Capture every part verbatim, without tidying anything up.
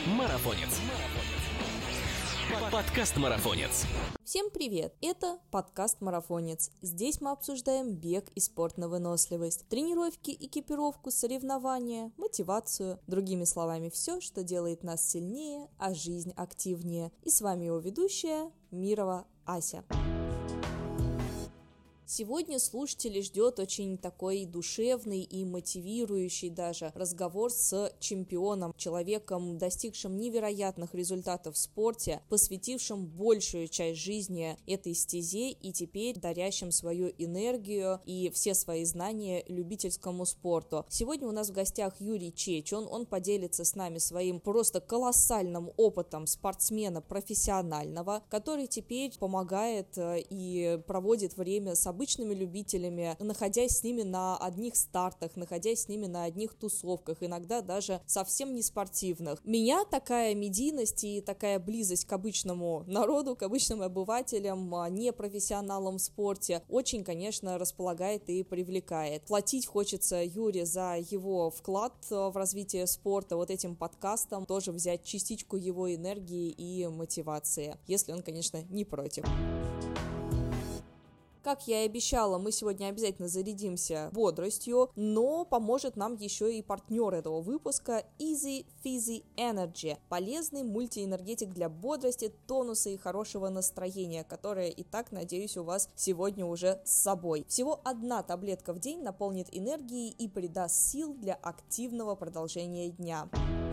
Марафонец. Подкаст Марафонец. Всем привет! Это подкаст Марафонец. Здесь мы обсуждаем бег и спорт на выносливость, тренировки, экипировку, соревнования, мотивацию. Другими словами, все, что делает нас сильнее, а жизнь активнее. И с вами его ведущая Мирова Ася. Сегодня слушателей ждет очень такой душевный и мотивирующий даже разговор с чемпионом, человеком, достигшим невероятных результатов в спорте, посвятившим большую часть жизни этой стезе и теперь дарящим свою энергию и все свои знания любительскому спорту. Сегодня у нас в гостях Юрий Чечун, он поделится с нами своим просто колоссальным опытом спортсмена профессионального, который теперь помогает и проводит время с обычными любителями, находясь с ними на одних стартах, находясь с ними на одних тусовках, иногда даже совсем не спортивных. Меня такая медийность и такая близость к обычному народу, к обычным обывателям, не профессионалам в спорте, очень, конечно, располагает и привлекает. Платить хочется Юре за его вклад в развитие спорта, вот этим подкастом, тоже взять частичку его энергии и мотивации, если он, конечно, не против. Как я и обещала, мы сегодня обязательно зарядимся бодростью, но поможет нам еще и партнер этого выпуска Easy Fizzy Energy. Полезный мультиэнергетик для бодрости, тонуса и хорошего настроения, которое и так, надеюсь, у вас сегодня уже с собой. Всего одна таблетка в день наполнит энергией и придаст сил для активного продолжения дня.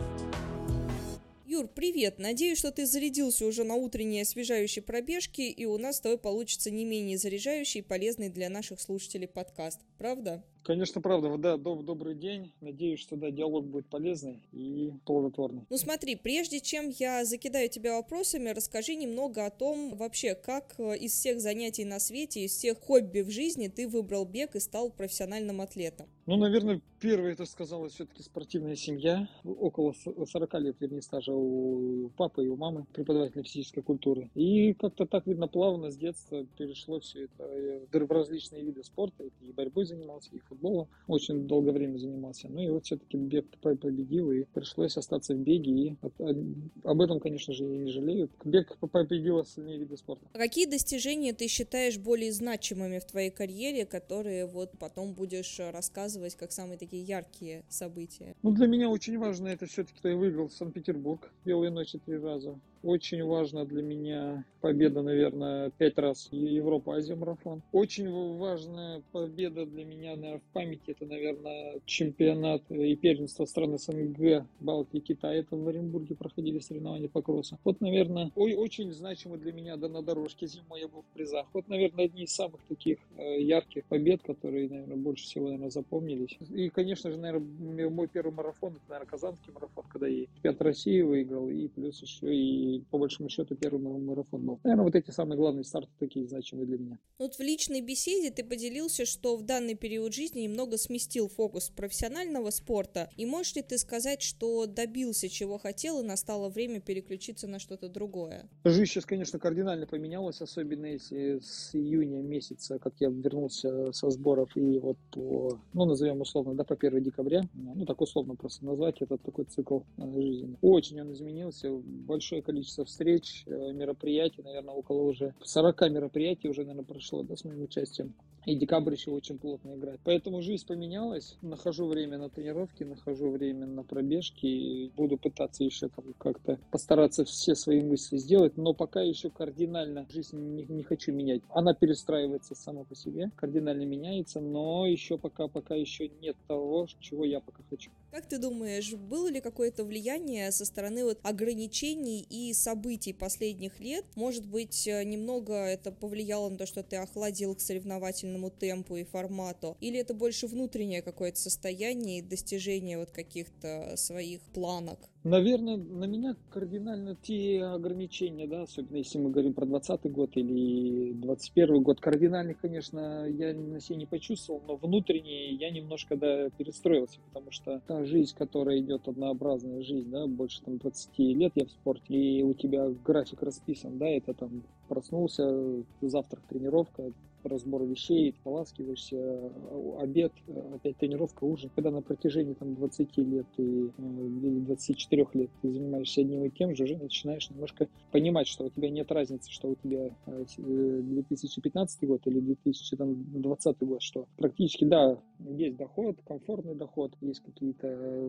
Юр, привет! Надеюсь, что ты зарядился уже на утренней освежающей пробежке, и у нас с тобой получится не менее заряжающий и полезный для наших слушателей подкаст. Правда? Конечно, правда. Да, доб- добрый день. Надеюсь, что да, диалог будет полезный и плодотворный. Ну смотри, прежде чем я закидаю тебя вопросами, расскажи немного о том вообще, как из всех занятий на свете, из всех хобби в жизни ты выбрал бег и стал профессиональным атлетом. Ну, наверное, первое, это сказалось все-таки спортивная семья. Около сорок лет, вернее, стажа у папы и у мамы, преподавателя физической культуры. И как-то так, видно, плавно с детства перешло все это в различные виды спорта. И борьбой занимался, и футболом очень долгое время занимался. Ну и вот все-таки бег победил, и пришлось остаться в беге. И об этом, конечно же, я не жалею. Бег победил остальные виды спорта. А какие достижения ты считаешь более значимыми в твоей карьере, которые вот потом будешь рассказывать как самые такие яркие события? Ну, для меня очень важно это все-таки, что я выиграл Санкт-Петербург «Белые ночи» три раза. Очень важно для меня победа, наверное, пять раз Европа-Азия марафон. Очень важная победа для меня, наверное, в памяти, это, наверное, чемпионат и первенство стран СНГ, Балтии, Китая. Это в Оренбурге проходили соревнования по кроссу. Вот, наверное, очень значимо для меня, да, на дорожке зимой я был в призах. Вот, наверное, одни из самых таких ярких побед, которые, наверное, больше всего, наверное, запомнились. И, конечно же, наверное, мой первый марафон, это, наверное, Казанский марафон, когда я чемпионат России выиграл, и плюс еще и по большому счету первый марафон был. Наверное, вот эти самые главные старты такие значимые для меня. Вот в личной беседе ты поделился, что в данный период жизни немного сместил фокус профессионального спорта. И можешь ли ты сказать, что добился чего хотел, и настало время переключиться на что-то другое? Жизнь сейчас, конечно, кардинально поменялась, особенно если с июня месяца, как я вернулся со сборов, и вот по, ну, назовем условно, да, по первого декабря, ну, так условно просто назвать этот такой цикл жизни. Очень он изменился, большое количество встреч, мероприятий, наверное, около уже сорок мероприятий уже, наверное, прошло, да, с моим участием. И декабрь еще очень плотно играет. Поэтому жизнь поменялась. Нахожу время на тренировки, нахожу время на пробежки. И буду пытаться еще там как-то постараться все свои мысли сделать. Но пока еще кардинально жизнь не, не хочу менять. Она перестраивается сама по себе, кардинально меняется, но еще пока, пока еще нет того, чего я пока хочу. Как ты думаешь, было ли какое-то влияние со стороны вот ограничений и событий последних лет? Может быть, немного это повлияло на то, что ты охладил к соревновательному темпу и формату? Или это больше внутреннее какое-то состояние и достижение вот каких-то своих планок? Наверное, на меня кардинально те ограничения, да, особенно если мы говорим про двадцатый год или двадцать первый год, кардинальных, конечно, я на себе не почувствовал, но внутренне я немножко, да, перестроился, потому что та жизнь, которая идет, однообразная жизнь, да, больше там двадцати лет я в спорте, и у тебя график расписан, да, это там проснулся, завтрак, тренировка, разбор вещей, поласкиваешься, обед, опять тренировка, ужин. Когда на протяжении там двадцати лет и, или двадцати четырёх лет ты занимаешься одним и тем же, уже начинаешь немножко понимать, что у тебя нет разницы, что у тебя две тысячи пятнадцатый год или две тысячи двадцатый год, что практически, да, есть доход, комфортный доход, есть какие-то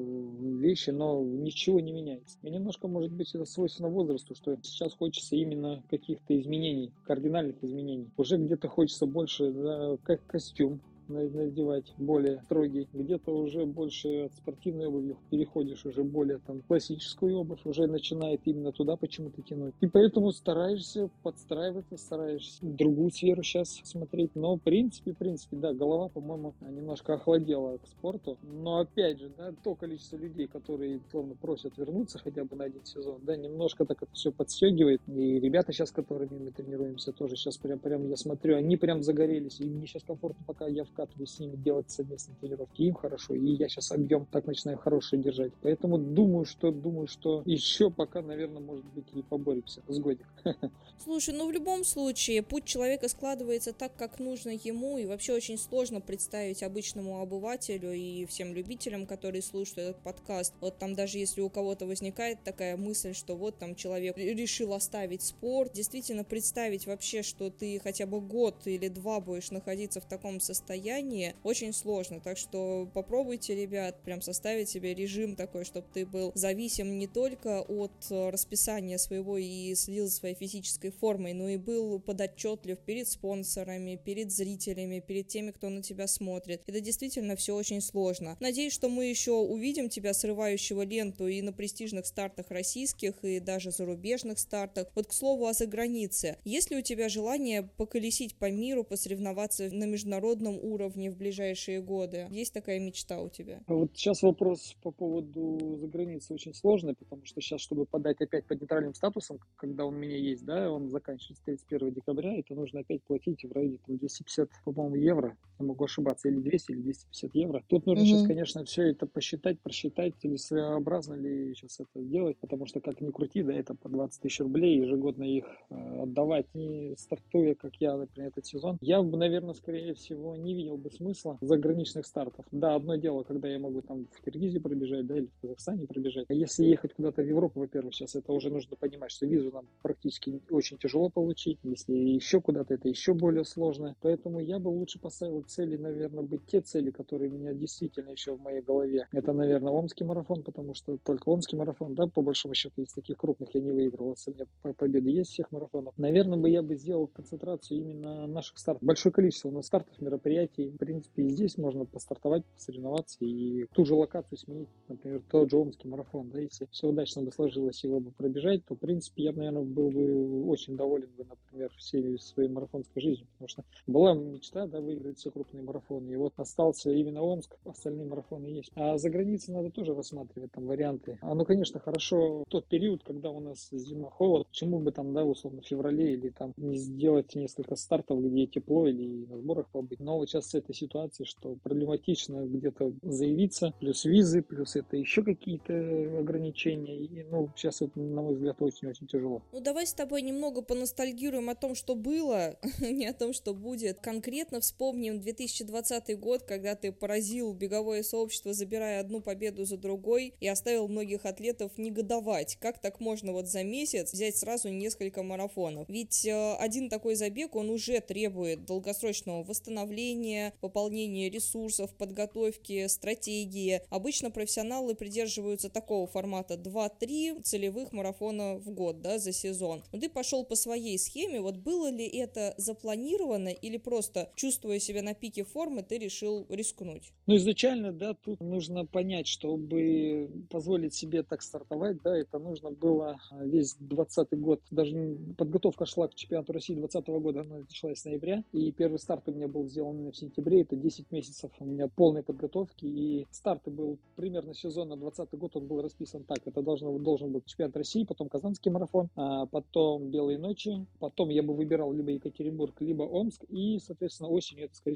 вещи, но ничего не меняется. И немножко, может быть, это свойственно возрасту, что сейчас хочется именно каких-то изменений, кардинальных изменений. Уже где-то хочется больше, да, как костюм надевать более строгий, где-то уже больше от спортивной обуви переходишь уже более там классическую обувь, уже начинает именно туда почему-то тянуть. И поэтому стараешься подстраиваться, стараешься в другую сферу сейчас смотреть. Но в принципе, в принципе, да, голова, по-моему, немножко охладела к спорту. Но опять же, да, то количество людей, которые словно просят вернуться хотя бы на один сезон, да, немножко так это все подстегивает. И ребята сейчас, с которыми мы тренируемся, тоже сейчас прям, прям я смотрю, они прям загорелись. И мне сейчас комфортно, пока я в вкатываюсь с ними, делать совместные тренировки, им хорошо, и я сейчас объем так начинаю хороший держать. Поэтому думаю, что думаю, что еще пока, наверное, может быть, и поборемся с годик. Слушай, ну в любом случае, путь человека складывается так, как нужно ему, и вообще очень сложно представить обычному обывателю и всем любителям, которые слушают этот подкаст. Вот там даже если у кого-то возникает такая мысль, что вот там человек решил оставить спорт, действительно представить вообще, что ты хотя бы год или два будешь находиться в таком состоянии, очень сложно. Так что попробуйте, ребят, прям составить себе режим такой, чтобы ты был зависим не только от расписания своего и следил за своей физической формой, но и был подотчетлив перед спонсорами, перед зрителями, перед теми, кто на тебя смотрит. Это действительно все очень сложно. Надеюсь, что мы еще увидим тебя, срывающего ленту, и на престижных стартах российских, и даже зарубежных стартах. Вот, к слову, о загранице. Есть ли у тебя желание поколесить по миру, посоревноваться на международном уровне в ближайшие годы? Есть такая мечта у тебя? А вот сейчас вопрос по поводу заграницы очень сложный, потому что сейчас, чтобы подать опять под нейтральным статусом, когда он у меня есть, да, он заканчивается тридцать первого декабря, это нужно опять платить в районе там, двести пятьдесят, по-моему, евро, я могу ошибаться, или двести, или двести пятьдесят евро. Тут нужно Угу. сейчас, конечно, все это посчитать, просчитать, целесообразно ли сейчас это делать, потому что, как ни крути, да, это по двадцать тысяч рублей, ежегодно их э, отдавать, не стартуя, как я, например, этот сезон. Я бы, наверное, скорее всего, не видел бы смысла заграничных стартов. Да, одно дело, когда я могу там в Киргизии пробежать, да, или в Казахстане пробежать. А если ехать куда-то в Европу, во-первых, сейчас это уже нужно понимать, что визу нам практически очень тяжело получить. Если еще куда-то, это еще более сложно. Поэтому я бы лучше поставил цели, наверное, быть те цели, которые у меня действительно еще в моей голове. Это, наверное, Омский марафон, потому что только Омский марафон, да, по большому счету, из таких крупных я не выиграл. У меня победы есть всех марафонов. Наверное, бы я бы сделал концентрацию именно на наших стартах. Большое количество у нас стартов, мероприятий. В принципе, и здесь можно постартовать, посоревноваться и ту же локацию сменить. Например, тот же Омский марафон. Да, если все удачно бы сложилось его бы пробежать, то, в принципе, я, наверное, был бы очень доволен бы, например, всей своей марафонской жизнью. Потому что была мечта, да, выиграть все крупные марафоны. И вот остался именно Омск, остальные марафоны есть. А за границей надо тоже рассматривать там варианты. А ну, конечно, хорошо тот период, когда у нас зима, холод, почему бы там, да, условно, в феврале или там не сделать несколько стартов, где тепло, или на сборах побыть. Но вот сейчас с этой ситуацией, что проблематично где-то заявиться, плюс визы, плюс это еще какие-то ограничения. И, ну, сейчас это, на мой взгляд, очень-очень тяжело. Ну, давай с тобой немного поностальгируем о том, что было, не о том, что будет. Конкретно вспомним две тысячи двадцатый год, когда ты поразил беговое сообщество, забирая одну победу за другой, и оставил многих атлетов негодовать. Как так можно вот за месяц взять сразу несколько марафонов? Ведь э, один такой забег, он уже требует долгосрочного восстановления, пополнения ресурсов, подготовки, стратегии. Обычно профессионалы придерживаются такого формата два-три целевых марафона в год, да, за сезон. Но ты пошел по своей схеме, вот было ли это запланировано или просто, чувствуя себя на пике формы, ты решил рискнуть? Ну, изначально, да, тут нужно понять, чтобы позволить себе так стартовать, да, это нужно было весь двадцатый год, даже подготовка шла к чемпионату России двадцатого года, она шла с ноября, и первый старт у меня был сделан в сентябре, это десять месяцев у меня полной подготовки, и старт был примерно сезон на двадцатый год, он был расписан так, это должен, должен был чемпионат России, потом Казанский марафон, а потом Белые ночи, потом я бы выбирал либо Екатеринбург, либо Омск, и, соответственно, осенью это, скорее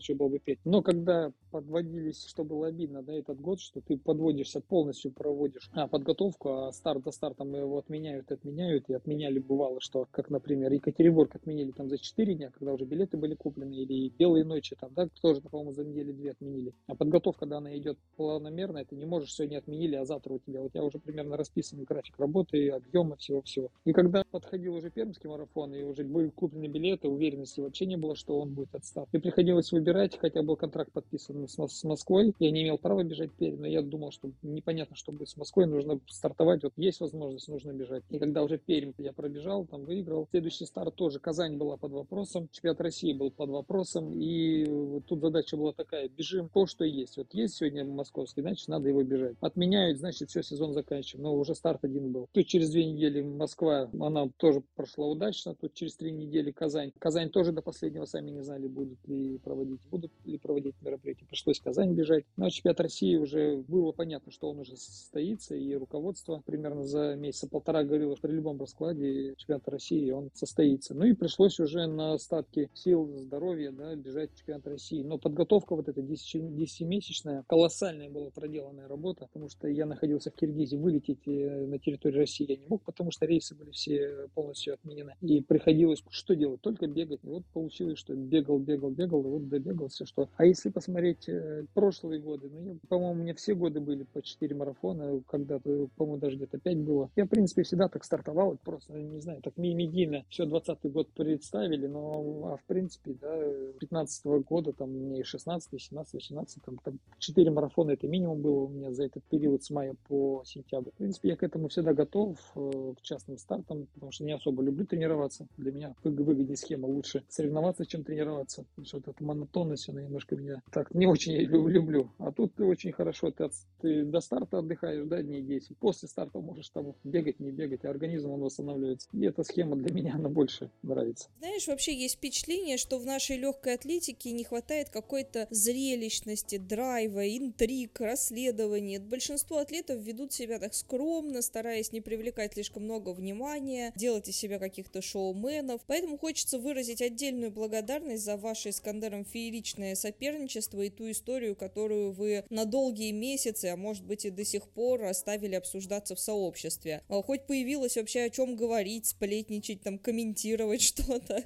еще было бы петь. Но когда подводились, что было обидно, да, этот год, что ты подводишься, полностью проводишь а, подготовку, а старт за стартом его отменяют, отменяют, и отменяли бывало, что, как, например, Екатеринбург отменили там за четыре дня, когда уже билеты были куплены, или белые ночи там, да, тоже, по-моему, за недели две отменили. А подготовка, когда она идет планомерно, ты не можешь сегодня отменили, а завтра у тебя, у тебя уже примерно расписан график работы, объема, всего-всего. И когда подходил уже пермский марафон, и уже были куплены билеты, уверенности вообще не было, что он будет от старта. И приходилось выбирать, хотя был контракт подписан с, с Москвой, я не имел права бежать Пермь, но я думал, что непонятно, что будет с Москвой, нужно стартовать, вот есть возможность, нужно бежать. И когда уже Пермь я пробежал, там выиграл, следующий старт тоже, Казань была под вопросом, чемпионат России был под вопросом, и тут задача была такая, бежим то, что есть. Вот есть сегодня московский, значит, надо его бежать. Отменяют, значит, все, сезон заканчиваем. Но уже старт один был. Тут через две недели Москва, она тоже прошла удачно. Тут через три недели Казань. Казань тоже до последнего сами не знали, будут ли проводить, будут ли проводить мероприятие. Пришлось в Казань бежать. Но чемпионат России уже было понятно, что он уже состоится, и руководство примерно за месяца полтора говорило, что при любом раскладе чемпионат России он состоится. Ну и пришлось уже на остатки сил, здоровья, да, бежать в чемпионат России. Но подготовка вот эта десятимесячная, колоссальная была проделанная работа, потому что я находился в Киргизии, вылететь на территорию России я не мог, потому что рейсы были все полностью отменены. И приходилось что делать? Только бегать. И вот получилось, что бегал, бегал, бегал, и вот добегался, что... А если посмотреть прошлые годы, ну, по-моему, у меня все годы были по четыре марафона, когда-то, по-моему, даже где-то пять было. Я, в принципе, всегда так стартовал, просто, не знаю, так медийно все двадцатый год представили, но, а в принципе, да, пятнадцатого года, там, мне и шестнадцатый, семнадцатый, восемнадцатый, там, там четыре марафона это минимум было у меня за этот период с мая по сентябрь. В принципе, я к этому всегда готов, э, к частным стартам, потому что не особо люблю тренироваться. Для меня выгоднее схема, лучше соревноваться, чем тренироваться. Потому что вот эта монотонность, она немножко меня так не очень я люблю. А тут ты очень хорошо, ты, от, ты до старта отдыхаешь, да, дней десять. После старта можешь там бегать, не бегать, а организм он восстанавливается. И эта схема для меня, она больше нравится. Знаешь, вообще есть впечатление, что в нашей легкой атлетике не хватает какой-то зрелищности, драйва, интриг, расследований. Большинство атлетов ведут себя так скромно, стараясь не привлекать слишком много внимания, делать из себя каких-то шоуменов. Поэтому хочется выразить отдельную благодарность за ваше Искандером фееричное соперничество и ту историю, которую вы на долгие месяцы, а может быть и до сих пор оставили обсуждаться в сообществе. Хоть появилось вообще о чем говорить, сплетничать, там, комментировать что-то.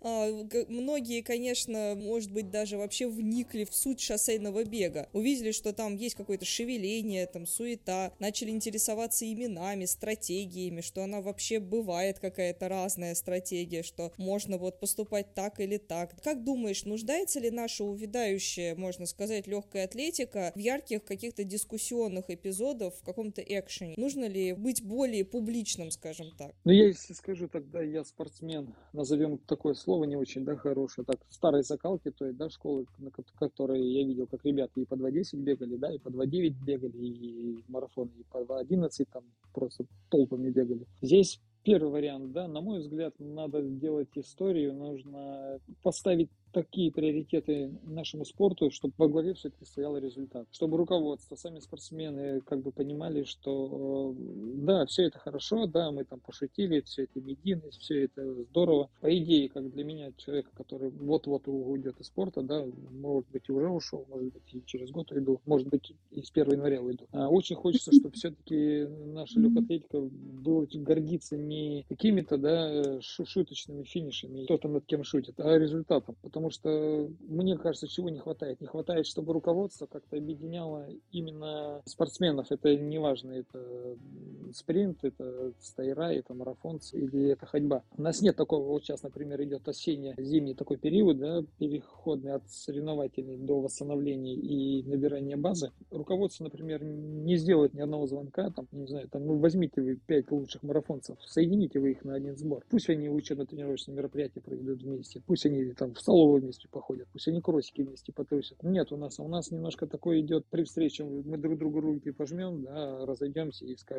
Многие, конечно, может быть, даже вообще вникли в суть шоссейного бега. Увидели, что там есть какое-то шевеление, там, суета, начали интересоваться именами, стратегиями, что она вообще бывает какая-то разная стратегия, что можно вот поступать так или так. Как думаешь, нуждается ли наша увядающая, можно сказать, легкая атлетика в ярких каких-то дискуссионных эпизодах, в каком-то экшене? Нужно ли быть более публичным, скажем так? Ну, я если скажу, тогда я спортсмен, назовем такое слово не очень, да, хорошее, так, старой закалки, то есть, да, школы, на которые я видел, как ребята и по два десять бегали, да, и по два девять бегали, и марафоны, и по два одиннадцать там просто толпами бегали. Здесь первый вариант, да, на мой взгляд, надо делать историю, нужно поставить такие приоритеты нашему спорту, чтобы во главе все-таки стоял результат. Чтобы руководство, сами спортсмены как бы понимали, что да, все это хорошо, да, мы там пошутили, все это медийность, все это здорово. По идее, как для меня, человека, который вот-вот уйдет из спорта, да, может быть, и уже ушел, может быть, и через год уйду, может быть, и с первого января уйду. А очень хочется, чтобы все-таки наша легкоатлетика была гордиться не какими-то, да, шуточными финишами, кто-то над кем шутит, а результатом. Потому что, мне кажется, чего не хватает? Не хватает, чтобы руководство как-то объединяло именно спортсменов. Это не важно, это спринт, это стайра, это марафонцы или это ходьба. У нас нет такого, вот сейчас, например, идет осенне-зимний такой период, да, переходный от соревновательной до восстановления и набирания базы. Руководство, например, не сделает ни одного звонка, там, не знаю, там, ну, возьмите вы пять лучших марафонцев, соедините вы их на один сбор. Пусть они учебно-тренировочные мероприятия проведут вместе, пусть они там в столовую вместе походят, пусть они кроссики вместе потрусят. Нет у нас, а у нас немножко такое идет при встрече, мы друг другу руки пожмем, да, разойдемся и скажем там,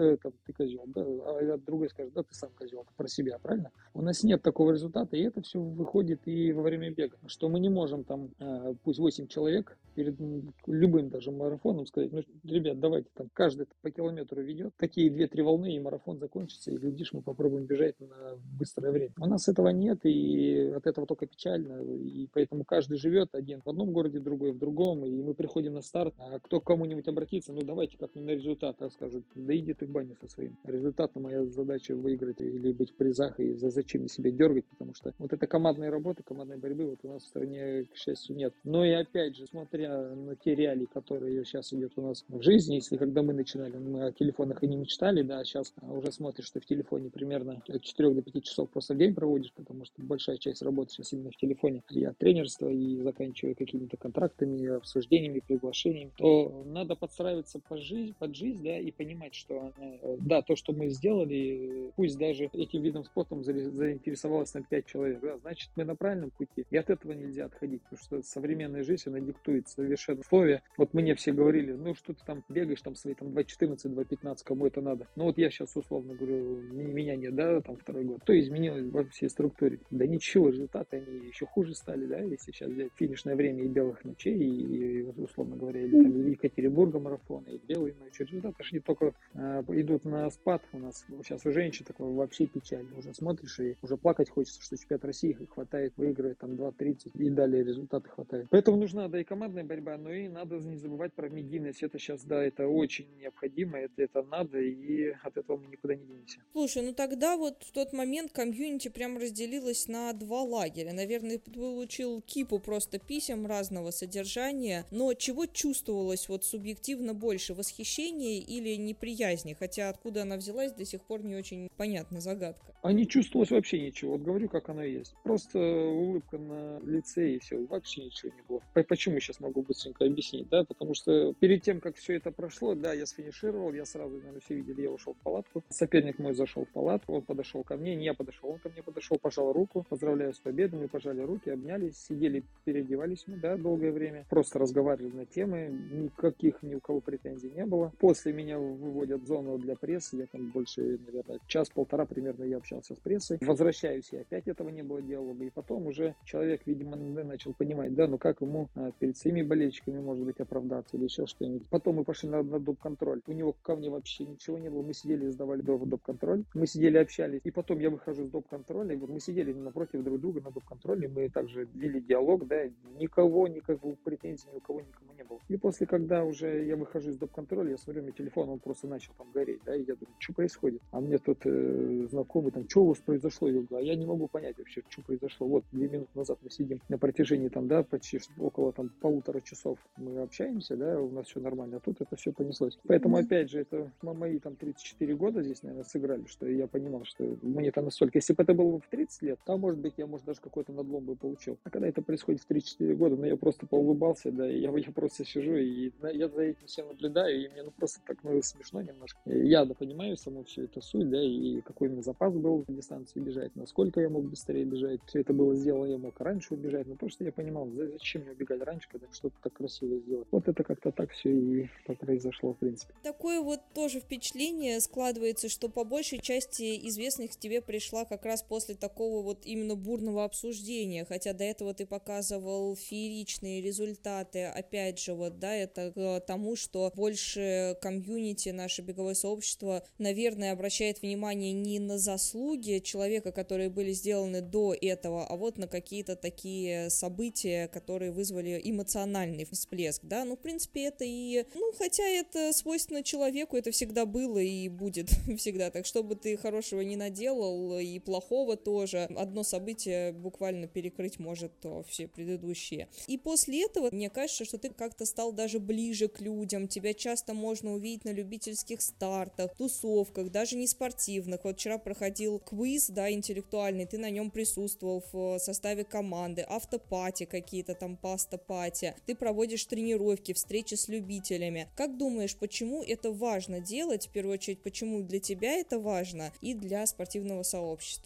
э, там, ты козел, да, а другой скажет, да, ты сам козел, про себя, правильно? У нас нет такого результата, и это все выходит и во время бега, что мы не можем там, э, пусть восемь человек перед любым даже марафоном сказать, ну, ребят, давайте там каждый по километру ведет, такие две-три волны, и марафон закончится, и, глядишь, мы попробуем бежать на быстрое время. У нас этого нет, и от этого только печально, и поэтому каждый живет один в одном городе, другой в другом, и мы приходим на старт, а кто к кому-нибудь обратится, ну, давайте как-нибудь на результат, а скажут, да иди ты в баню со своим. Результатом моя задача выиграть или быть в призах, и зачем себя дергать, потому что вот эта командная работа, командной борьбы вот у нас в стране, к счастью, нет. Но и опять же, смотря на те реалии, которые сейчас идет у нас в жизни, если когда мы начинали, мы о телефонах и не мечтали, да, а сейчас уже смотришь, что в телефоне примерно от четырёх до пяти часов просто в день проводишь, потому что большая часть работы сейчас именно в телефоне, и от тренерства, и заканчивая какими-то контрактами, обсуждениями, приглашениями, то надо подстраиваться под жизнь, под жизнь, да, и понимать, что, да, то, что мы сделали, пусть даже этим видом спорта заинтересовалось на пять человек, да, значит, мы на правильном пути, и от этого нельзя отходить, потому что современная жизнь, она диктует совершенно условия. Вот мне все говорили, ну, что ты там бегаешь, там свои там два четырнадцать, два пятнадцать, кому это надо? Ну, вот я сейчас условно говорю, меня нет, да, там второй год. Что изменилось во всей структуре? Да ничего, результаты, они еще хуже стали, да, если сейчас взять финишное время и белых ночей, и, условно говоря, или там Екатеринбурга марафона, и белые ночи, результаты же не только а, идут на спад. У нас сейчас у женщин такое вообще печаль. Уже смотришь и уже плакать хочется, что чемпионат России хватает, выигрывает там два тридцать, и далее результаты хватает. Поэтому нужна, да, и командная борьба, но и надо не забывать про медийность. Это сейчас, да, это очень необходимо, это, это надо, и от этого мы никуда не денемся. Слушай, ну тогда вот в тот момент комьюнити прям разделилось на два лагеря. Наверное, ты получил кипу просто писем разного содержания, но чего чувствовалось вот субъективно больше, восхищения или неприязни? Хотя откуда она взялась, до сих пор не очень понятна, загадка. А не чувствовалось вообще ничего. Вот говорю, как оно есть. Просто улыбка на лице, и все. Вообще ничего не было. Почему сейчас могу быстренько объяснить, да? Потому что перед тем, как все это прошло, да, я сфинишировал, я сразу, наверное, все видели, я ушел в палатку. Соперник мой зашел в палатку, он подошел ко мне, не я подошел, он ко мне подошел, пожал руку, поздравляю с победой, мы пожали руки, обнялись, сидели, переодевались мы, да, долгое время, просто разговаривали на темы, никаких ни у кого претензий не было. После меня выводят в зону для прессы, я там больше, наверное, час-полтора примерно я общался с прессой. Возвращаюсь, и опять этого не было диалога, и потом уже человек, видимо, начал понимать, да, ну как ему а, перед своими болельщиками, может быть, оправдаться или еще что-нибудь. Потом мы пошли на, на доп-контроль. У него ко мне вообще ничего не было. Мы сидели и сдавали доп-контроль. Мы сидели, общались. И потом я выхожу с доп-контроля. И вот мы сидели напротив друг друга на доп-контроле. Мы также вели диалог, да. Никого, никакого претензий ни у кого никому не было. И после, когда уже я выхожу с доп-контроля, я смотрю, мне телефон, он просто начал там гореть, да. И я думаю, что происходит? А мне тут э, знакомый там, что у вас произошло? Я говорю, а я не могу понять вообще, что произошло. Вот две минуты назад мы сидим на протяжении там, да, почти около там полутора часов мы общаемся, да, у нас все нормально, а тут это все понеслось. Поэтому, опять же, это мои там тридцать четыре года здесь, наверное, сыграли, что я понимал, что мне это настолько, если бы это было в тридцать лет, то, может быть, я, может, даже какой-то надлом бы получил. А когда это происходит в тридцать-четыре года, ну, я просто поулыбался, да, и я, я просто сижу, и я за этим всем наблюдаю, и мне, ну, просто так, ну, смешно немножко. Я, да, понимаю саму всю эту суть, да, и какой у меня запас был в дистанции бежать, насколько я мог быстрее бежать. Все это было сделано, я мог раньше убежать, но просто я понимал, зачем мне убегать раньше, когда что-то так красиво сделать. Вот это как-то так все и произошло, в принципе. Такое вот тоже впечатление складывается, что по большей части известность к тебе пришла как раз после такого вот именно бурного обсуждения, хотя до этого ты показывал фееричные результаты, опять же, вот, да, это к тому, что больше комьюнити, наше беговое сообщество, наверное, обращает внимание не на заслуги человека, которые были сделаны до этого, а вот на какие-то такие события, которые вызвали эмоциональный всплеск, да, ну, в принципе, это и, ну, хотя это свойственно человеку, это всегда было и будет всегда, так что бы ты хорошего не наделал, и плохого тоже, одно событие буквально перекрыть может то все предыдущие. И после этого, мне кажется, что ты как-то стал даже ближе к людям, тебя часто можно увидеть на любительских стартах, тусовках, даже не спортивных. Вот вчера проходил квиз, да, интеллектуальный, ты на нем присутствовал в составе команды, автопати какие-то там, паста-пати, ты проводишь тренировки, встречи с любителями. Как думаешь, почему это важно делать, в первую очередь, почему для тебя это важно и для спортивного сообщества?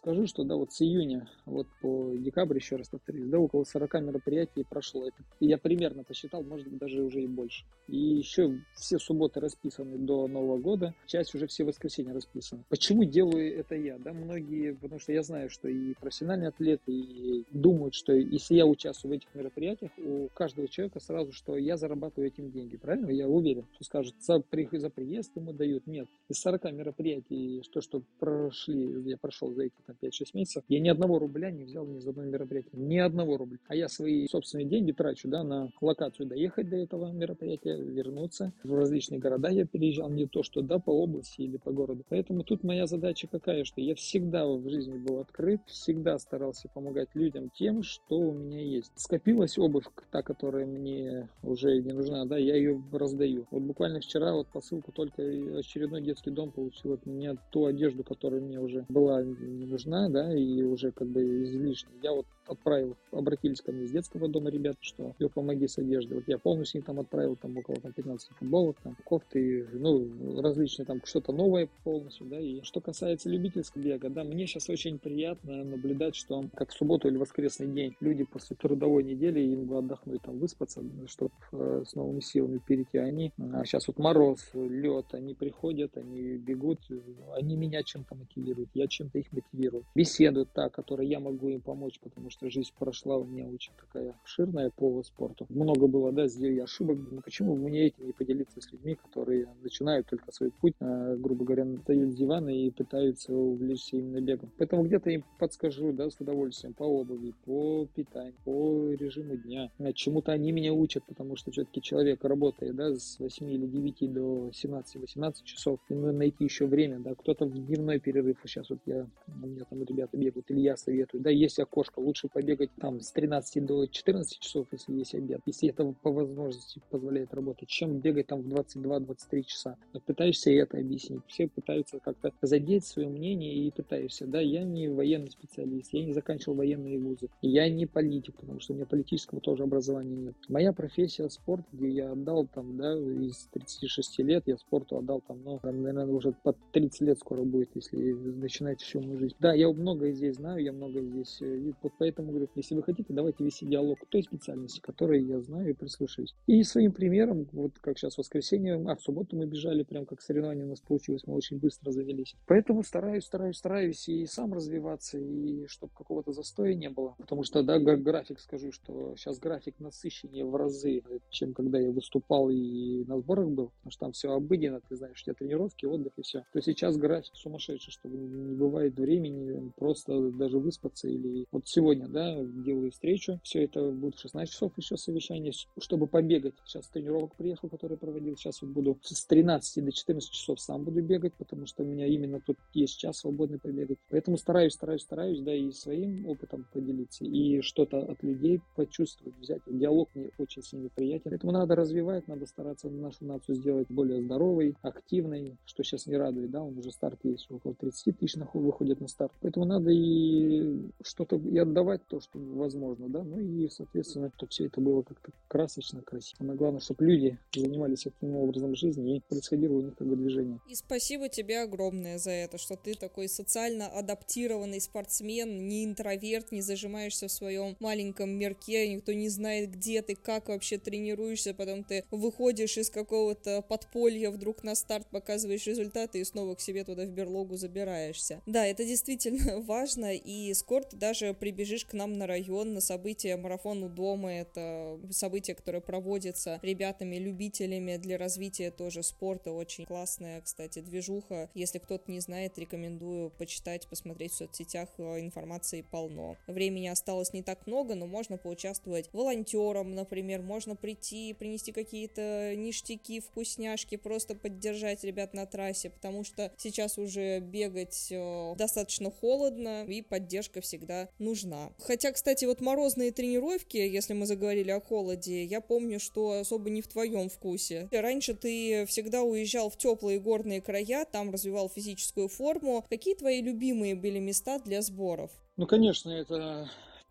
скажу, что да, вот с июня вот по декабрь, еще раз повторюсь, да, около сорок мероприятий прошло. Это я примерно посчитал, может быть, даже уже и больше. И еще все субботы расписаны до Нового года, часть уже все воскресенья расписаны. Почему делаю это я? Да, многие, потому что я знаю, что и профессиональные атлеты и думают, что если я участвую в этих мероприятиях, у каждого человека сразу, что я зарабатываю этим деньги. Правильно? Я уверен, что скажут, за, при, за приезд ему дают. Нет. Из сорока мероприятий, то, что прошли, я прошел за эти там, пять-шесть месяцев, я ни одного рубля не взял ни за одно мероприятие. Ни одного рубля. А я свои собственные деньги трачу, да, на локацию доехать до этого мероприятия, вернуться. В различные города я переезжал, не то, что да, по области или по городу. Поэтому тут моя задача какая, что я всегда в жизни был открыт, всегда старался помогать людям тем, что у меня есть. Скопилась обувь, та, которая мне уже не нужна, да, я ее раздаю. Вот буквально вчера вот посылку только очередной детский дом получил от меня ту одежду, которая мне уже была не нужна, да, и уже как бы излишняя. Я вот отправил, обратились ко мне из детского дома ребята, что ее помоги с одеждой. Вот я полностью им там отправил, там около там, пятнадцать футболок, там кофты, ну, различные там что-то новое полностью, да. И что касается любительского бега, да, мне сейчас очень приятно наблюдать, что как в субботу или воскресный день люди после трудовой недели им бы отдохнуть, там выспаться, чтобы э, с новыми силами перейти. Они, а сейчас вот мороз, лед, они приходят, они бегут, они меня чем-то мотивируют, я чем-то их мотивирую. Беседуют та, которой я могу им помочь, потому что жизнь прошла у меня очень такая обширная по спорту. Много было, да, сделали ошибок. Ну, почему мне этим не поделиться с людьми, которые начинают только свой путь, э, грубо говоря, встают с дивана и пытаются увлечься именно бегом. Поэтому где-то им подскажу, да, с удовольствием по обуви, по питанию, по режиму дня. Чему-то они меня учат, потому что все-таки человек работает, да, с восьми или девяти до семнадцати-восемнадцати часов. И нужно найти еще время, да. Кто-то в дневной перерыв. Сейчас вот я, у меня там ребята бегают, или я советую, да, есть окошко, лучше побегать там с тринадцати до четырнадцати часов, если есть обед, если это по возможности позволяет работать, чем бегать там в двадцать два - двадцать три часа. Но пытаешься это объяснить. Все пытаются как-то задеть свое мнение и пытаешься, да, я не военный специалист, я не заканчивал военные вузы, я не политик, потому что у меня политического тоже образования нет. Моя профессия спорт, где я отдал там, да, из тридцати шести лет я спорту отдал там, ну, там, наверное, уже под тридцать лет скоро будет, если начинать всю мою жизнь. Да, я многое здесь знаю, я многое здесь, вот поэтому говорю, если вы хотите, давайте вести диалог к той специальности, которой я знаю и прислушаюсь. И своим примером, вот как сейчас в воскресенье, а в субботу мы бежали, прям как соревнование у нас получилось, мы очень быстро завелись. Поэтому стараюсь, стараюсь, стараюсь и сам развиваться, и чтобы какого-то застоя не было. Потому что, да, график, скажу, что сейчас график насыщеннее в разы, чем когда я выступал и на сборах был, потому что там все обыденно, ты знаешь, у тебя тренировки, отдых и все. То сейчас график сумасшедший, что не бывает времени просто даже выспаться. Или вот сегодня, да, делаю встречу, все это будет в шестнадцать часов еще совещание, чтобы побегать. Сейчас тренировок приехал, который проводил, сейчас вот буду с тринадцати до четырнадцати часов сам буду бегать, потому что у меня именно тут есть час свободный побегать. Поэтому стараюсь, стараюсь, стараюсь, да, и своим опытом поделиться, и что-то от людей почувствовать, взять. Диалог мне очень сильно приятен. Поэтому надо развивать, надо стараться нашу нацию сделать более здоровой, активной, что сейчас не радует, да, он уже старт есть, около тридцати тысяч выходит на старт. Поэтому надо и что-то и отдавать то, что возможно, да, ну и, соответственно, чтобы все это было как-то красочно, красиво. Но главное, чтобы люди занимались активным образом жизни и происходило у них как бы движение. И спасибо тебе огромное за это, что ты такой социально адаптированный спортсмен, не интроверт, не зажимаешься в своем маленьком мирке, никто не знает, где ты, как вообще тренируешься, потом ты выходишь из какого-то подполья, вдруг на старт показываешь результаты и снова к себе туда в берлогу забираешься. Да, это действительно важно, и скоро ты даже прибежишь к нам на район, на событие «Марафон у дома». Это событие, которое проводится ребятами-любителями для развития тоже спорта. Очень классная, кстати, движуха. Если кто-то не знает, рекомендую почитать, посмотреть в соцсетях, информации полно. Времени осталось не так много, но можно поучаствовать волонтером, например, можно прийти, принести какие-то ништяки, вкусняшки, просто поддержать ребят на трассе, потому что сейчас уже бегать э, достаточно холодно, и поддержка всегда нужна. Хотя, кстати, вот морозные тренировки, если мы заговорили о холоде, я помню, что особо не в твоем вкусе. Раньше ты всегда уезжал в теплые горные края, там развивал физическую форму. Какие твои любимые были места для сборов? Ну, конечно, это в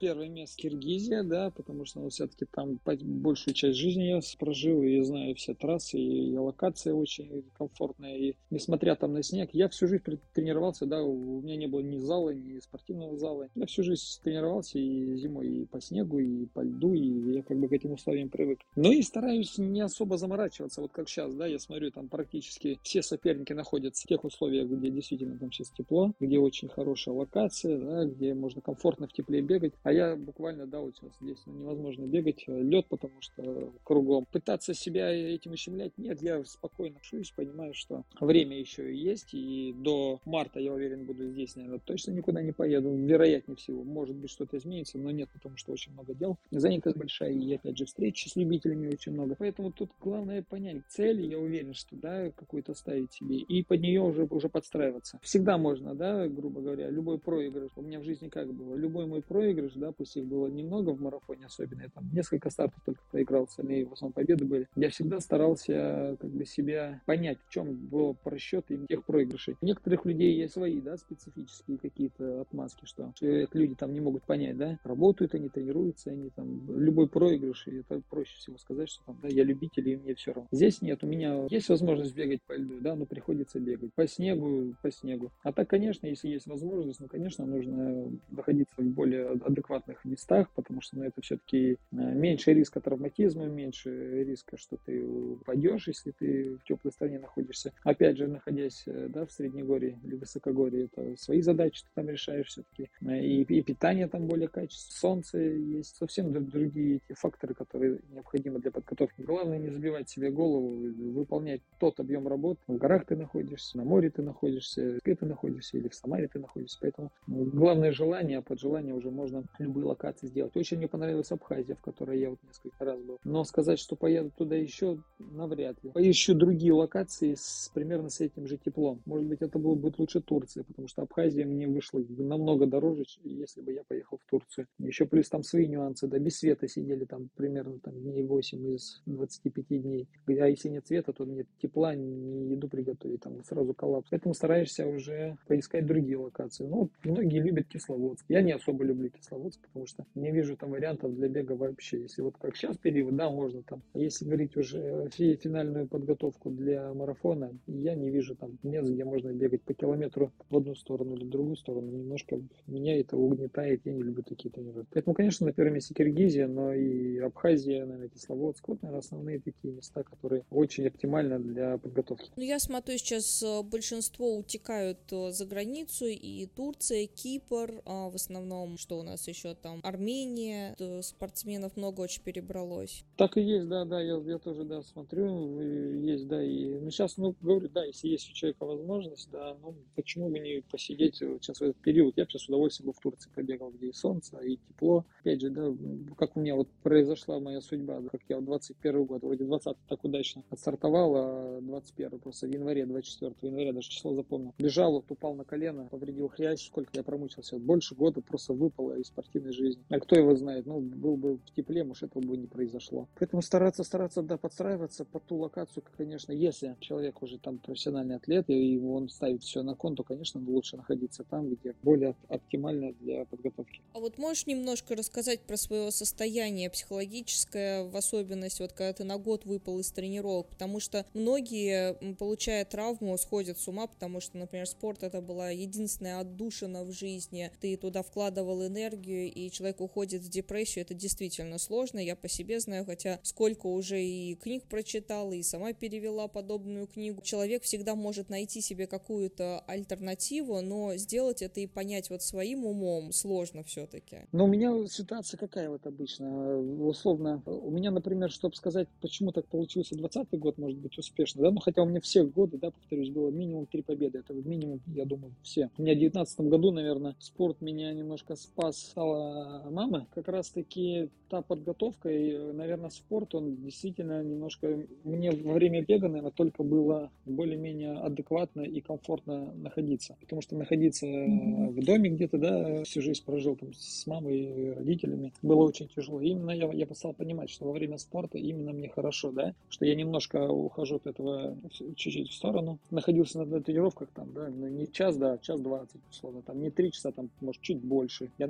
первое место Киргизия, да, потому что, ну, все-таки там большую часть жизни я прожил, и знаю все трассы, и локация очень комфортная, и несмотря там на снег, я всю жизнь тренировался, да, у меня не было ни зала, ни спортивного зала, я всю жизнь тренировался и зимой, и по снегу, и по льду, и я как бы к этим условиям привык. Но и стараюсь не особо заморачиваться, вот как сейчас, да, я смотрю, там практически все соперники находятся в тех условиях, где действительно там сейчас тепло, где очень хорошая локация, да, где можно комфортно в тепле бегать, а я буквально, да, вот сейчас здесь ну, невозможно бегать, лед, потому что кругом. Пытаться себя этим ущемлять, нет, я спокойно шуюсь, понимаю, что время еще есть, и до марта, я уверен, буду здесь, наверное, точно никуда не поеду, вероятнее всего, может быть, что-то изменится, но нет, потому что очень много дел, занятость большая, и опять же встречи с любителями очень много, поэтому тут главное понять цель, я уверен, что, да, какую-то ставить себе, и под нее уже, уже подстраиваться. Всегда можно, да, грубо говоря, любой проигрыш, у меня в жизни как было, любой мой проигрыш, да, пусть их было немного в марафоне, особенно я там несколько стартов только проиграл, остальные в основном победы были, я всегда старался как бы себя понять, в чем был просчет и тех проигрышей. У некоторых людей есть свои, да, специфические какие-то отмазки, что, что люди там не могут понять, да, работают они, тренируются они там, любой проигрыш, и это проще всего сказать, что там, да, я любитель, и мне все равно. Здесь нет, у меня есть возможность бегать по льду, да, но приходится бегать по снегу, по снегу. А так, конечно, если есть возможность, ну, конечно, нужно находиться в более адекватных местах, потому что, ну, это все-таки меньше риска травматизма, меньше риска, что ты упадешь, если ты в теплой стране находишься. Опять же, находясь, да, в Среднегорье или Высокогорье, это свои задачи ты там решаешь все-таки. И, и питание там более качественное, солнце есть, совсем другие эти факторы, которые необходимы для подготовки. Главное не забивать себе голову, выполнять тот объем работ. В горах ты находишься, на море ты находишься, в Москве ты находишься или в Самаре ты находишься. Поэтому главное желание, а под желание уже можно любые локации сделать. Очень мне понравилась Абхазия, в которой я вот несколько раз был. Но сказать, что поеду туда еще, навряд ли. Поищу другие локации с, примерно с этим же теплом. Может быть, это было бы лучше Турции, потому что Абхазия мне вышла намного дороже, если бы я поехал в Турцию. Еще плюс там свои нюансы, да, без света сидели там примерно там, дней восемь из двадцати пяти дней. А если нет света, то нет тепла, ни еду приготовить, там сразу коллапс. Поэтому стараешься уже поискать другие локации. Ну, многие любят Кисловодск. Я не особо люблю Кисловодск, потому что не вижу там вариантов для бега вообще. Если вот как сейчас период, да, можно там. А если говорить уже финальную подготовку для марафона, я не вижу там мест, где можно бегать по километру в одну сторону или в другую сторону. Немножко меня это угнетает, я не люблю такие тренировки. Поэтому, конечно, на первом месте Киргизия, но и Абхазия, наверное, Кисловодск. Вот, наверное, основные такие места, которые очень оптимальны для подготовки. Ну, я смотрю, сейчас большинство утекают за границу, и Турция, Кипр, а в основном, что у нас еще там, Армения, спортсменов много очень перебралось. Так и есть, да, да, я, я тоже, да, смотрю, есть, да, и, ну, сейчас, ну, говорю, да, если есть у человека возможность, да, ну, почему бы не посидеть сейчас в этот период, я бы сейчас с удовольствием бы в Турции побегал, где и солнце, и тепло, опять же, да, как у меня вот произошла моя судьба, как я в двадцать первый год, вроде двадцатый так удачно отстартовал, а двадцать первый просто в январе, двадцать четвёртого января, даже число запомнил, бежал, вот, упал на колено, повредил хрящ, сколько я промучился, больше года просто выпало из спортивной жизни, а кто его знает, ну, был бы в тепле, может, этого бы не произошло. Поэтому стараться, стараться, да, подстраиваться под ту локацию, конечно, если человек уже там профессиональный атлет, и он ставит все на кон, то, конечно, лучше находиться там, где более оптимально для подготовки. А вот можешь немножко рассказать про свое состояние психологическое, в особенности, вот когда ты на год выпал из тренировок, потому что многие, получая травму, сходят с ума, потому что, например, спорт это была единственная отдушина в жизни, ты туда вкладывал энергию, и человек уходит в депрессию, это действительно сложно, я по себе знаю, хотя сколько уже и книг прочитала, и сама перевела подобную книгу. Человек всегда может найти себе какую-то альтернативу, но сделать это и понять вот своим умом сложно все-таки. Но у меня ситуация какая вот обычно, условно, у меня, например, чтобы сказать, почему так получился двадцатый год, может быть, успешно, да, ну, хотя у меня все годы, да, повторюсь, было минимум три победы, это минимум, я думаю, все. У меня в девятнадцатом году, наверное, спорт меня немножко спас, стала мама, как раз-таки та подготовка, и, наверное, спорт, он действительно немножко, мне во время бега, наверное, только было более-менее адекватно и комфортно находиться, потому что находиться mm-hmm. в доме где-то, да, всю жизнь прожил там с мамой и родителями, было очень тяжело. И именно я, я стал понимать, что во время спорта именно мне хорошо, да, что я немножко ухожу от этого чуть-чуть в сторону, находился на, на тренировках там, да, ну, не час, да, час двадцать, условно, там, не три часа, там, может, чуть больше. Я начал за,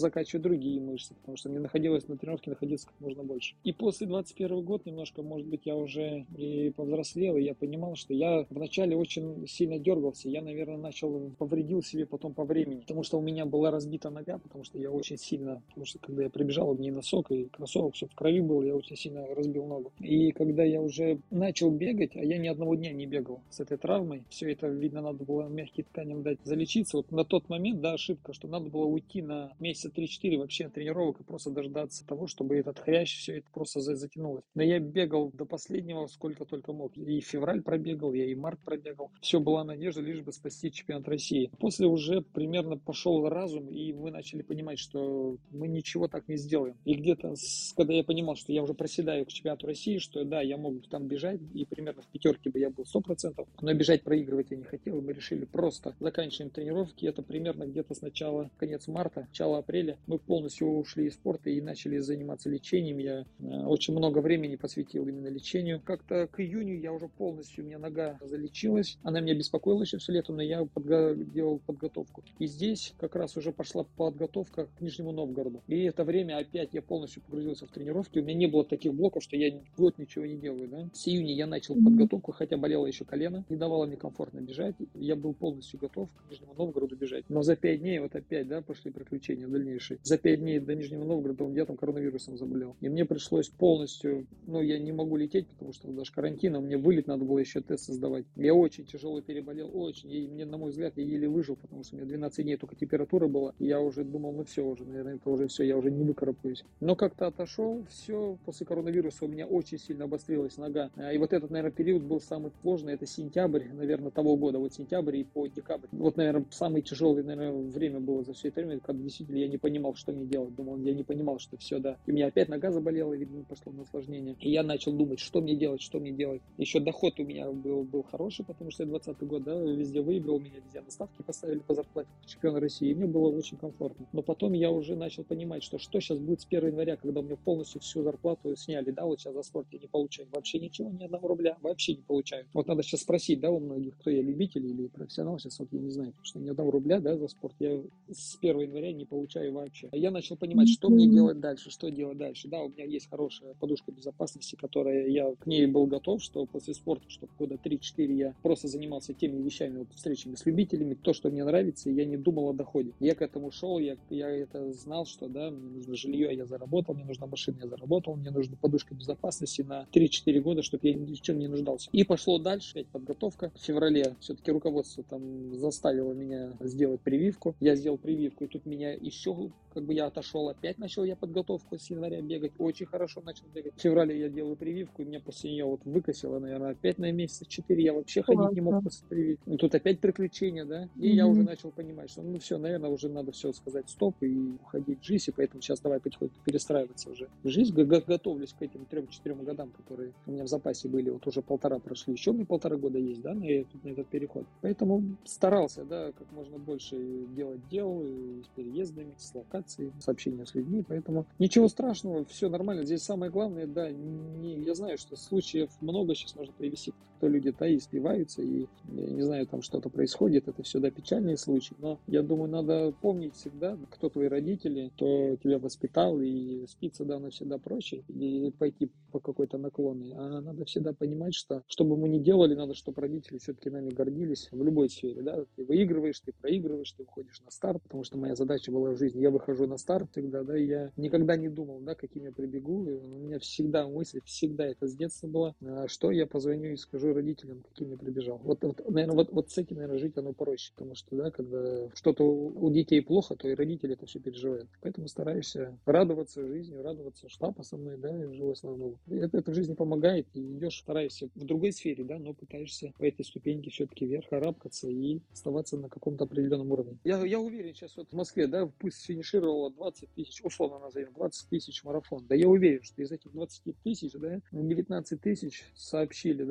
закачивать другие мышцы, потому что мне находилось на тренировке находиться как можно больше. И после двадцать первого года немножко, может быть, я уже и повзрослел, и я понимал, что я вначале очень сильно дергался. Я, наверное, начал, повредил себе потом по времени, потому что у меня была разбита нога, потому что я очень сильно, потому что когда я прибежал, у меня и носок, и кроссовок, все в крови был, я очень сильно разбил ногу. И когда я уже начал бегать, а я ни одного дня не бегал с этой травмой, все это, видно, надо было мягким тканям дать залечиться. Вот на тот момент, да, ошибка, что надо было уйти на месяца три-четыре вообще от тренировок и просто дождаться того, чтобы этот хрящ, все это просто затянулось. Но я бегал до последнего, сколько только мог. И февраль пробегал, я и март пробегал. Все, была надежда лишь бы спасти чемпионат России. После уже примерно пошел разум, и мы начали понимать, что мы ничего так не сделаем. И где-то, когда я понимал, что я уже проседаю к чемпионату России, что да, я мог там бежать, и примерно в пятерке бы я был сто процентов, но бежать, проигрывать я не хотел, и мы решили просто заканчиваем тренировки. Это примерно где-то с начала, конец марта, начало апреля. Мы полностью ушли из спорта и начали заниматься лечением. Я очень много времени посвятил именно лечению. Как-то к июню я уже полностью, у меня нога залечилась. Она меня беспокоила еще все лето, но я подго- делал подготовку. И здесь как раз уже пошла подготовка к Нижнему Новгороду. И это время опять я полностью погрузился в тренировки. У меня не было таких блоков, что я год ничего не делаю. Да? С июня я начал mm-hmm. подготовку, хотя болело еще колено. Не давало мне комфортно бежать. Я был полностью готов к Нижнему Новгороду бежать. Но за пять дней вот опять, да, пошли приключения дальнейшие. За пять дней до Нижнего Новгорода я там коронавирусом заболел. И мне пришлось полностью, ну, я не могу лететь, потому что даже карантина, мне вылет надо было еще тесты сдавать. Я очень тяжело переболел, очень. И мне, на мой взгляд, я еле выжил, потому что у меня двенадцать дней только температура была. И я уже думал, ну все уже, наверное, это уже все, я уже не выкарабкаюсь. Но как-то отошел, все, после коронавируса у меня очень сильно обострилась нога. И вот этот, наверное, период был самый сложный, это сентябрь, наверное, того года, вот сентябрь и по декабрь. Вот, наверное, самое тяжелое, наверное, время было за все это время, когда действительно я не понимал, что мне делать. Думал, я не понимал, что все, да. И у меня опять нога заболела, видно, пошло на осложнение. И я начал думать, что мне делать, что мне делать. Еще доход у меня был, был хороший, потому что я двадцатый год, да, везде выиграл, меня везде на ставки поставили по зарплате чемпиона России, и мне было очень комфортно. Но потом я уже начал понимать, что что сейчас будет с первого января, когда у меня полностью всю зарплату сняли, да, вот сейчас за спорт я не получаю вообще ничего, ни одного рубля, вообще не получаю. Вот надо сейчас спросить, да, у многих, кто я, любитель или профессионал, сейчас вот я не знаю, потому что ни одного рубля, да, за спорт я с первого января не получаю вообще. Я начал понимать, что мне делать дальше, что делать дальше. Да, у меня есть хорошая подушка безопасности, которая я к ней был готов, что после спорта, чтобы года три-четыре я просто занимался теми вещами, вот встречами с любителями, то, что мне нравится, и я не думал о доходе. Я к этому шел, я, я это знал, что, да, мне нужно жилье, я заработал, мне нужна машина, я заработал, мне нужна подушка безопасности на три-четыре года, чтобы я ни в чем не нуждался. И пошло дальше, опять подготовка. В феврале все-таки руководство там заставило меня сделать прививку. Я сделал прививку, и тут меня еще, как бы я отошел, опять начал я подготовку с января бегать, очень хорошо начал бегать. В феврале я делаю прививку, и меня после нее вот выкосило, наверное, опять на месяца четыре, я вообще ходить Ладно. не мог после прививки. И тут опять приключения, да, и mm-hmm. я уже начал понимать, что ну все, наверное, уже надо все сказать стоп и уходить в жизнь, и поэтому сейчас давай потихоньку перестраиваться уже в жизнь, Г- готовлюсь к этим трем-четырем годам, которые у меня в запасе были, вот уже полтора прошли, еще мне полтора года есть, да, на этот, на этот переход. Поэтому старался, да, как можно больше делать дел с переездами, с локацией, с общением с людьми, поэтому ничего страшного, все нормально. Здесь самое главное, да, не, я знаю, что случаев много сейчас можно привести, кто люди, да, и сбиваются, и, я не знаю, там что-то происходит, это все, да, печальные случаи, но я думаю, надо помнить всегда, кто твои родители, кто тебя воспитал, и спиться, да, навсегда проще, и пойти по какой-то наклонной, а надо всегда понимать, что, что бы мы ни делали, надо, чтобы родители все-таки нами гордились в любой сфере, да, ты выигрываешь, ты проигрываешь, ты выходишь на старт, потому что моя задача была в жизни, я выхожу на старт всегда, да, и я никогда не думал, да, каким я прибегу, и у меня всегда мысль, всегда это с детства была, что я позвоню и скажу родителям, каким я прибежал. Вот, вот наверное, вот, вот с этим, наверное, жить оно проще, потому что, да, когда что-то у детей плохо, то и родители это все переживают. Поэтому стараешься радоваться жизни, радоваться, что папа со мной, да, живой, слава богу. Это, это в жизни помогает, и идешь, стараешься в другой сфере, да, но пытаешься по этой ступеньке все-таки вверх карабкаться и оставаться на каком-то определенном уровне. Я, я уверен, сейчас вот в Москве, да, пусть финишировало двадцать тысяч, условно назовем, двадцать тысяч марафон, да, я уверен, что из этих двадцати тысяч, да, девятнадцать тысяч сообщили, да, родителям,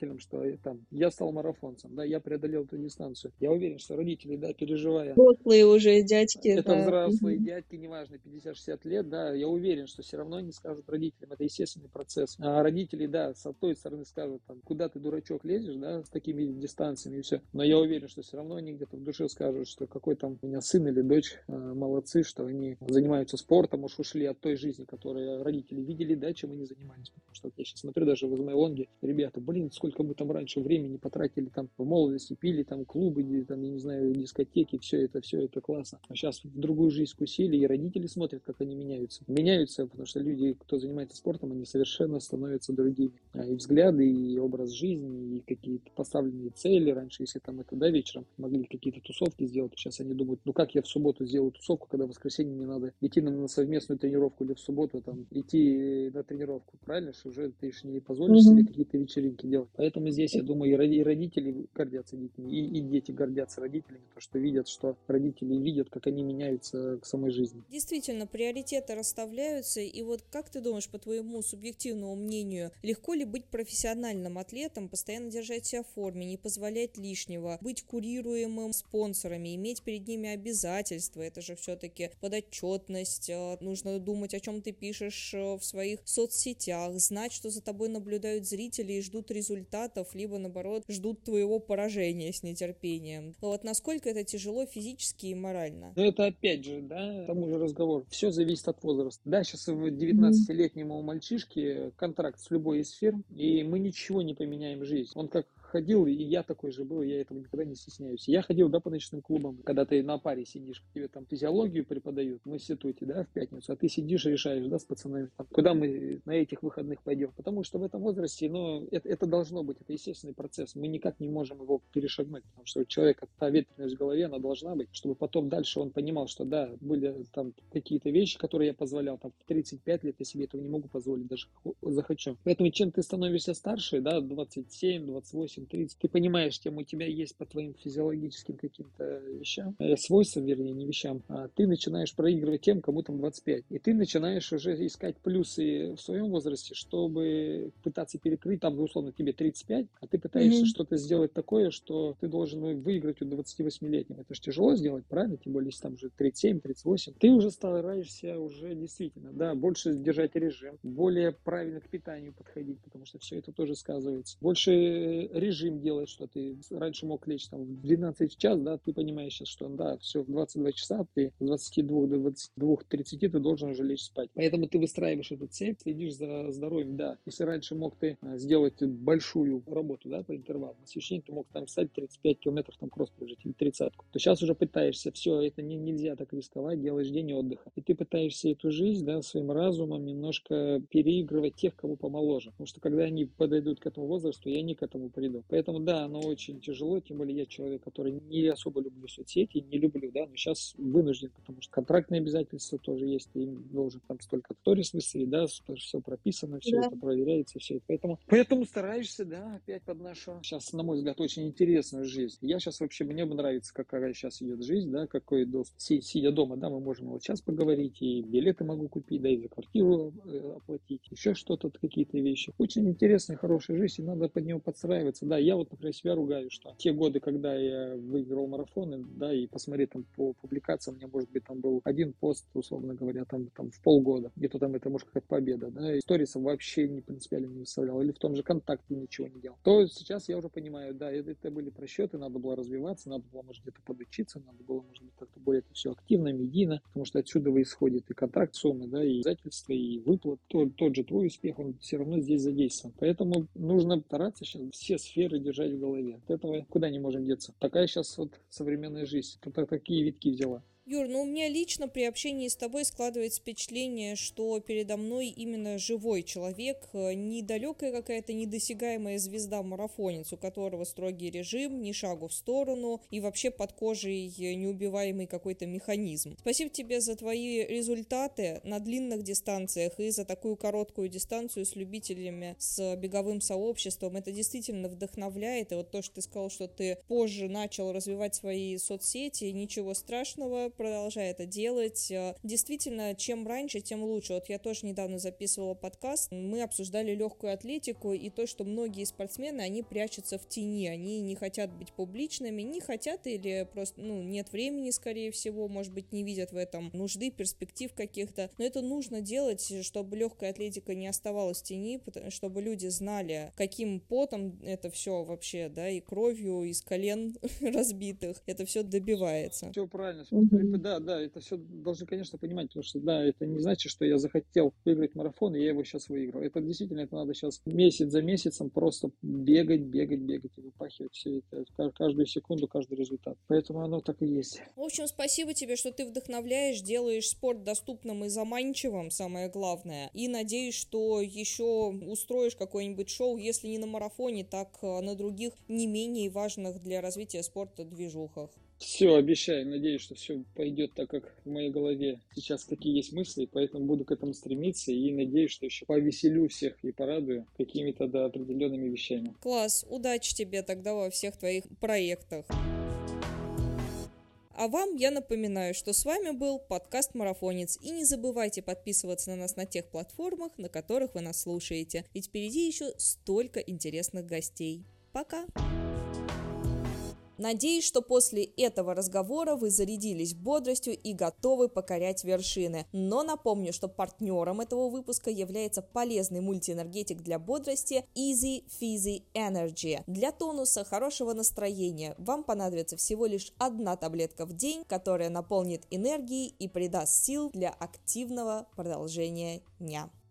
родителям, что я, там, я стал марафонцем, да, я преодолел эту дистанцию. Я уверен, что родители, да, переживая, взрослые уже дядьки, это да. взрослые Мгм. дядьки, неважно, пятьдесят-шестьдесят лет, да, я уверен, что все равно они скажут родителям, это естественный процесс. А родители, да, с той стороны скажут, там, куда ты, дурачок, лезешь, да, с такими дистанциями и все. Но я уверен, что все равно они где-то в душе скажут, что какой там у меня сын или дочь э, молодцы, что они занимаются спортом, уж ушли от той жизни, которую родители видели, да, чем они занимались. Потому что вот я сейчас смотрю даже в Измайлонге, ребята, блин, сколько мы там раньше времени потратили там в молодости, пили там клубы, там, я не знаю, дискотеки, все это, все это классно. А сейчас в другую жизнь скусили, и родители смотрят, как они меняются. Меняются, потому что люди, кто занимается спортом, они совершенно становятся другими. А и взгляды, и образ жизни, и какие-то поставленные цели. Раньше, если там это, да, вечером могли какие-то тусовки сделать, сейчас они думают, ну как я в субботу сделаю тусовку, когда в воскресенье мне надо идти на, на совместную тренировку, или в субботу там идти на тренировку, правильно? Что уже ты ж не позволишь себе Мгм. какие-то вечеринки делать. Поэтому здесь, я думаю, и роди- и родители гордятся детьми, и, и дети гордятся родителями, то, что видят, что родители видят, как они меняются к самой жизни. Действительно, приоритеты расставляются, и вот как ты думаешь, по твоему субъективному мнению, легко ли быть профессиональным атлетом, постоянно держать себя в форме, не позволять лишнего, быть курируемым спонсорами, иметь перед ними обязательства, это же все-таки подотчетность, э, нужно думать, о чем ты пишешь э, в своих соцсетях, знать, что за тобой наблюдают зрители и ждут результатов, либо наоборот ждут твоего поражения с нетерпением. Вот насколько это тяжело физически и морально? Но это опять же, да, тому же разговор. Все зависит от возраста. Да, сейчас в Мгм. девятнадцатилетнему мальчишке контракт с любой из фирм, и мы ничего не поменяем в жизни. Он как ходил, и я такой же был, я этого никогда не стесняюсь. Я ходил, да, по ночным клубам, когда ты на паре сидишь, тебе там физиологию преподают в институте, да, в пятницу, а ты сидишь и решаешь, да, с пацанами, там, куда мы на этих выходных пойдем. Потому что в этом возрасте, ну, это, это должно быть, это естественный процесс. Мы никак не можем его перешагнуть, потому что у человека та ветреность в голове, она должна быть, чтобы потом дальше он понимал, что да, были там какие-то вещи, которые я позволял, там, в тридцать пять лет я себе этого не могу позволить, даже захочу. Поэтому чем ты становишься старше, да, двадцать семь, двадцать восемь, тридцать, ты понимаешь, тем у тебя есть по твоим физиологическим каким-то вещам, э, свойствам, вернее, не вещам, а ты начинаешь проигрывать тем, кому там двадцать пять. И ты начинаешь уже искать плюсы в своем возрасте, чтобы пытаться перекрыть, там, условно, тебе тридцать пять, а ты пытаешься Мгм. что-то сделать такое, что ты должен выиграть у двадцативосьмилетнего. Это же тяжело сделать, правильно? Тем более, если там уже тридцать семь, тридцать восемь. Ты уже стараешься уже действительно, да, больше держать режим, более правильно к питанию подходить, потому что все это тоже сказывается. Больше режим делать, что ты раньше мог лечь там в двенадцать час, да, ты понимаешь сейчас, что да, все, в двадцать два часа ты с двадцати двух до двадцати двух тридцати ты должен уже лечь спать. Поэтому ты выстраиваешь эту цепь, следишь за здоровьем, да. Если раньше мог ты а, сделать большую работу, да, по интервалу, на следующий день ты мог там встать тридцать пять километров там кросс пробежать или тридцатку, то сейчас уже пытаешься, все, это не, нельзя так рисковать, делаешь день отдыха. И ты пытаешься эту жизнь, да, своим разумом немножко переигрывать тех, кого помоложе. Потому что когда они подойдут к этому возрасту, и они к этому придут. Поэтому, да, оно очень тяжело, тем более я человек, который не особо люблю соцсети, не люблю, да, но сейчас вынужден, потому что контрактные обязательства тоже есть, ты должен там столько сторис выставить, да, все прописано, все Да. это проверяется, все это. Поэтому, поэтому стараешься, да, опять под нашу, сейчас, на мой взгляд, очень интересную жизнь. Я сейчас вообще, мне бы нравится, какая сейчас идет жизнь, да, какой доступ. Си- Сидя дома, да, мы можем вот сейчас поговорить, и билеты могу купить, да, и за квартиру э, оплатить, еще что-то, какие-то вещи. Очень интересная, хорошая жизнь, и надо под него подстраиваться. Да, я вот, например, себя ругаю, что те годы, когда я выиграл марафоны, да, и посмотреть там по публикациям, у меня, может быть, там был один пост, условно говоря, там, там в полгода, где-то там это, может, какая-то победа, да, и сторисов вообще не принципиально не выставлял, или в том же ВКонтакте ничего не делал. То сейчас я уже понимаю, да, это, это были просчеты, надо было развиваться, надо было, может, где-то подучиться, надо было, может быть, как-то более это все активно, медийно, потому что отсюда исходит и контракт суммы, да, и обязательства, и выплат. Тот, тот же твой успех, он все равно здесь задействован. Поэтому нужно стараться сейчас все сферы держать в голове. От этого куда не можем деться. Такая сейчас вот современная жизнь. Тут такие витки взяла. Юр, ну у меня лично при общении с тобой складывается впечатление, что передо мной именно живой человек, недалекая какая-то недосягаемая звезда-марафонец, у которого строгий режим, ни шагу в сторону и вообще под кожей неубиваемый какой-то механизм. Спасибо тебе за твои результаты на длинных дистанциях и за такую короткую дистанцию с любителями, с беговым сообществом. Это действительно вдохновляет. И вот то, что ты сказал, что ты позже начал развивать свои соцсети, ничего страшного. продолжай это делать. Действительно, чем раньше, тем лучше. Вот я тоже недавно записывала подкаст, мы обсуждали легкую атлетику и то, что многие спортсмены, они прячутся в тени, они не хотят быть публичными, не хотят или просто, ну, нет времени, скорее всего, может быть, не видят в этом нужды, перспектив каких-то, но это нужно делать, чтобы легкая атлетика не оставалась в тени, чтобы люди знали, каким потом это все вообще, да, и кровью из колен разбитых это все добивается. Все правильно. Mm-hmm. Да, да, это все должны, конечно, понимать, потому что, да, это не значит, что я захотел выиграть марафон, и я его сейчас выиграл. Это действительно, это надо сейчас месяц за месяцем просто бегать, бегать, бегать и выпахивать все это, каждую секунду, каждый результат. Поэтому оно так и есть. В общем, спасибо тебе, что ты вдохновляешь, делаешь спорт доступным и заманчивым, самое главное. И надеюсь, что еще устроишь какое-нибудь шоу, если не на марафоне, так на других не менее важных для развития спорта движухах. Все, обещаю, надеюсь, что все пойдет так, как в моей голове сейчас такие есть мысли, поэтому буду к этому стремиться и надеюсь, что еще повеселю всех и порадую какими-то, да, определенными вещами. Класс, удачи тебе тогда во всех твоих проектах. А вам я напоминаю, что с вами был подкаст «Марафонец». И не забывайте подписываться на нас на тех платформах, на которых вы нас слушаете. Ведь впереди еще столько интересных гостей. Пока! Надеюсь, что после этого разговора вы зарядились бодростью и готовы покорять вершины. Но напомню, что партнером этого выпуска является полезный мультиэнергетик для бодрости Easy Fizzy Energy. Для тонуса, хорошего настроения вам понадобится всего лишь одна таблетка в день, которая наполнит энергией и придаст сил для активного продолжения дня.